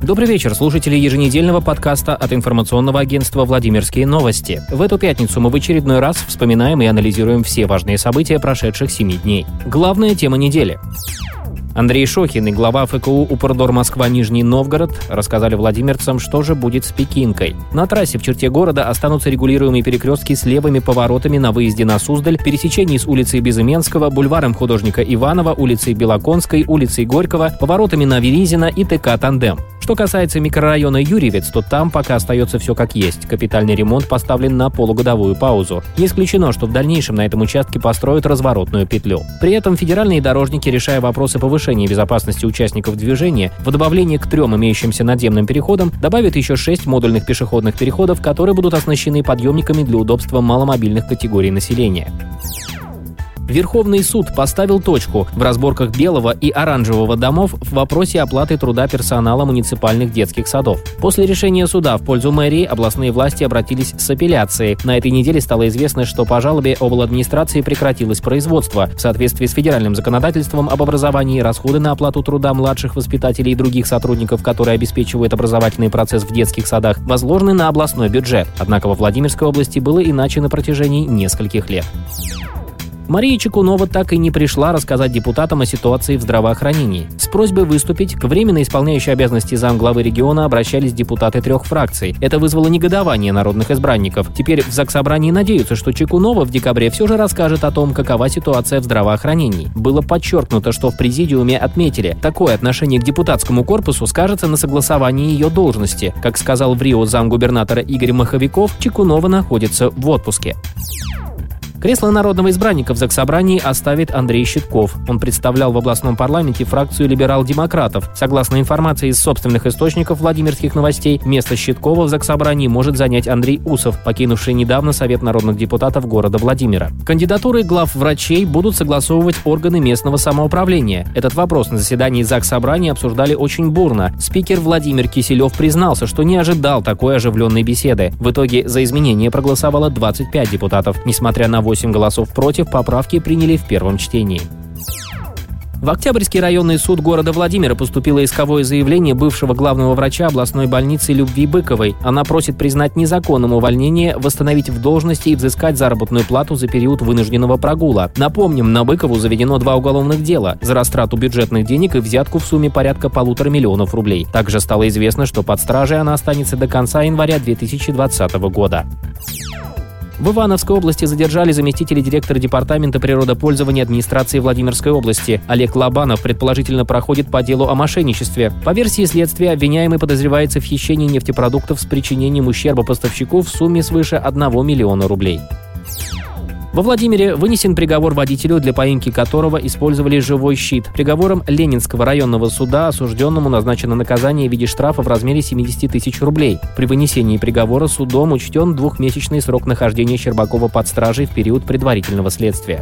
Добрый вечер, слушатели еженедельного подкаста от информационного агентства «Владимирские новости». В эту пятницу мы в очередной раз вспоминаем и анализируем все важные события прошедших 7 дней. Главная тема недели. Андрей Шохин и глава ФКУ «Упордор Москва-Нижний Новгород» рассказали владимирцам, что же будет с Пекинкой. На трассе в черте города останутся регулируемые перекрестки с левыми поворотами на выезде на Суздаль, пересечении с улицей Безыменского, бульваром художника Иванова, улицей Белоконской, улицей Горького, поворотами на Веризина и ТК «Тандем». Что касается микрорайона Юрьевец, то там пока остается все как есть. Капитальный ремонт поставлен на полугодовую паузу. Не исключено, что в дальнейшем на этом участке построят разворотную петлю. При этом федеральные дорожники, решая вопросы повышения безопасности участников движения, в добавление к 3 имеющимся надземным переходам, добавят еще 6 модульных пешеходных переходов, которые будут оснащены подъемниками для удобства маломобильных категорий населения. Верховный суд поставил точку в разборках белого и оранжевого домов в вопросе оплаты труда персонала муниципальных детских садов. После решения суда в пользу мэрии областные власти обратились с апелляцией. На этой неделе стало известно, что по жалобе обладминистрации прекратилось производство. В соответствии с федеральным законодательством об образовании расходы на оплату труда младших воспитателей и других сотрудников, которые обеспечивают образовательный процесс в детских садах, возложены на областной бюджет. Однако во Владимирской области было иначе на протяжении нескольких лет. Мария Чекунова так и не пришла рассказать депутатам о ситуации в здравоохранении. С просьбой выступить к временно исполняющей обязанности замглавы региона обращались депутаты 3 фракций. Это вызвало негодование народных избранников. Теперь в Заксобрании надеются, что Чекунова в декабре все же расскажет о том, какова ситуация в здравоохранении. Было подчеркнуто, что в президиуме отметили, такое отношение к депутатскому корпусу скажется на согласовании ее должности. Как сказал в Рио замгубернатора Игорь Маховиков, Чекунова находится в отпуске. Кресло народного избранника в Заксобрании оставит Андрей Щитков. Он представлял в областном парламенте фракцию либерал-демократов. Согласно информации из собственных источников Владимирских новостей, место Щиткова в Заксобрании может занять Андрей Усов, покинувший недавно Совет народных депутатов города Владимира. Кандидатуры главврачей будут согласовывать органы местного самоуправления. Этот вопрос на заседании Заксобрания обсуждали очень бурно. Спикер Владимир Киселев признался, что не ожидал такой оживленной беседы. В итоге за изменение проголосовало 25 депутатов. Несмотря на 8 голосов против, поправки приняли в первом чтении. В Октябрьский районный суд города Владимира поступило исковое заявление бывшего главного врача областной больницы Любви Быковой. Она просит признать незаконным увольнение, восстановить в должности и взыскать заработную плату за период вынужденного прогула. Напомним, на Быкову заведено 2 уголовных дела за растрату бюджетных денег и взятку в сумме порядка 1,5 миллиона рублей. Также стало известно, что под стражей она останется до конца января 2020 года. В Ивановской области задержали заместителя директора департамента природопользования администрации Владимирской области. Олег Лобанов предположительно проходит по делу о мошенничестве. По версии следствия, обвиняемый подозревается в хищении нефтепродуктов с причинением ущерба поставщику в сумме свыше 1 миллиона рублей. Во Владимире вынесен приговор водителю, для поимки которого использовали живой щит. Приговором Ленинского районного суда осужденному назначено наказание в виде штрафа в размере 70 тысяч рублей. При вынесении приговора судом учтен 2-месячный срок нахождения Щербакова под стражей в период предварительного следствия.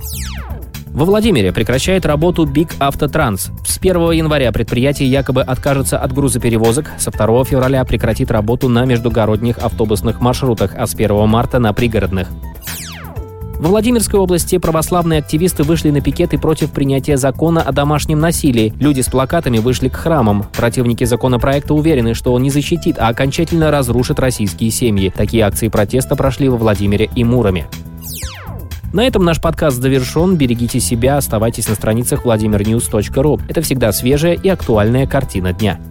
Во Владимире прекращает работу Биг Автотранс. С 1 января предприятие якобы откажется от грузоперевозок, со 2 февраля прекратит работу на междугородних автобусных маршрутах, а с 1 марта на пригородных. Во Владимирской области православные активисты вышли на пикеты против принятия закона о домашнем насилии. Люди с плакатами вышли к храмам. Противники законопроекта уверены, что он не защитит, а окончательно разрушит российские семьи. Такие акции протеста прошли во Владимире и Муроме. На этом наш подкаст завершен. Берегите себя, оставайтесь на страницах vladimirnews.ru. Это всегда свежая и актуальная картина дня.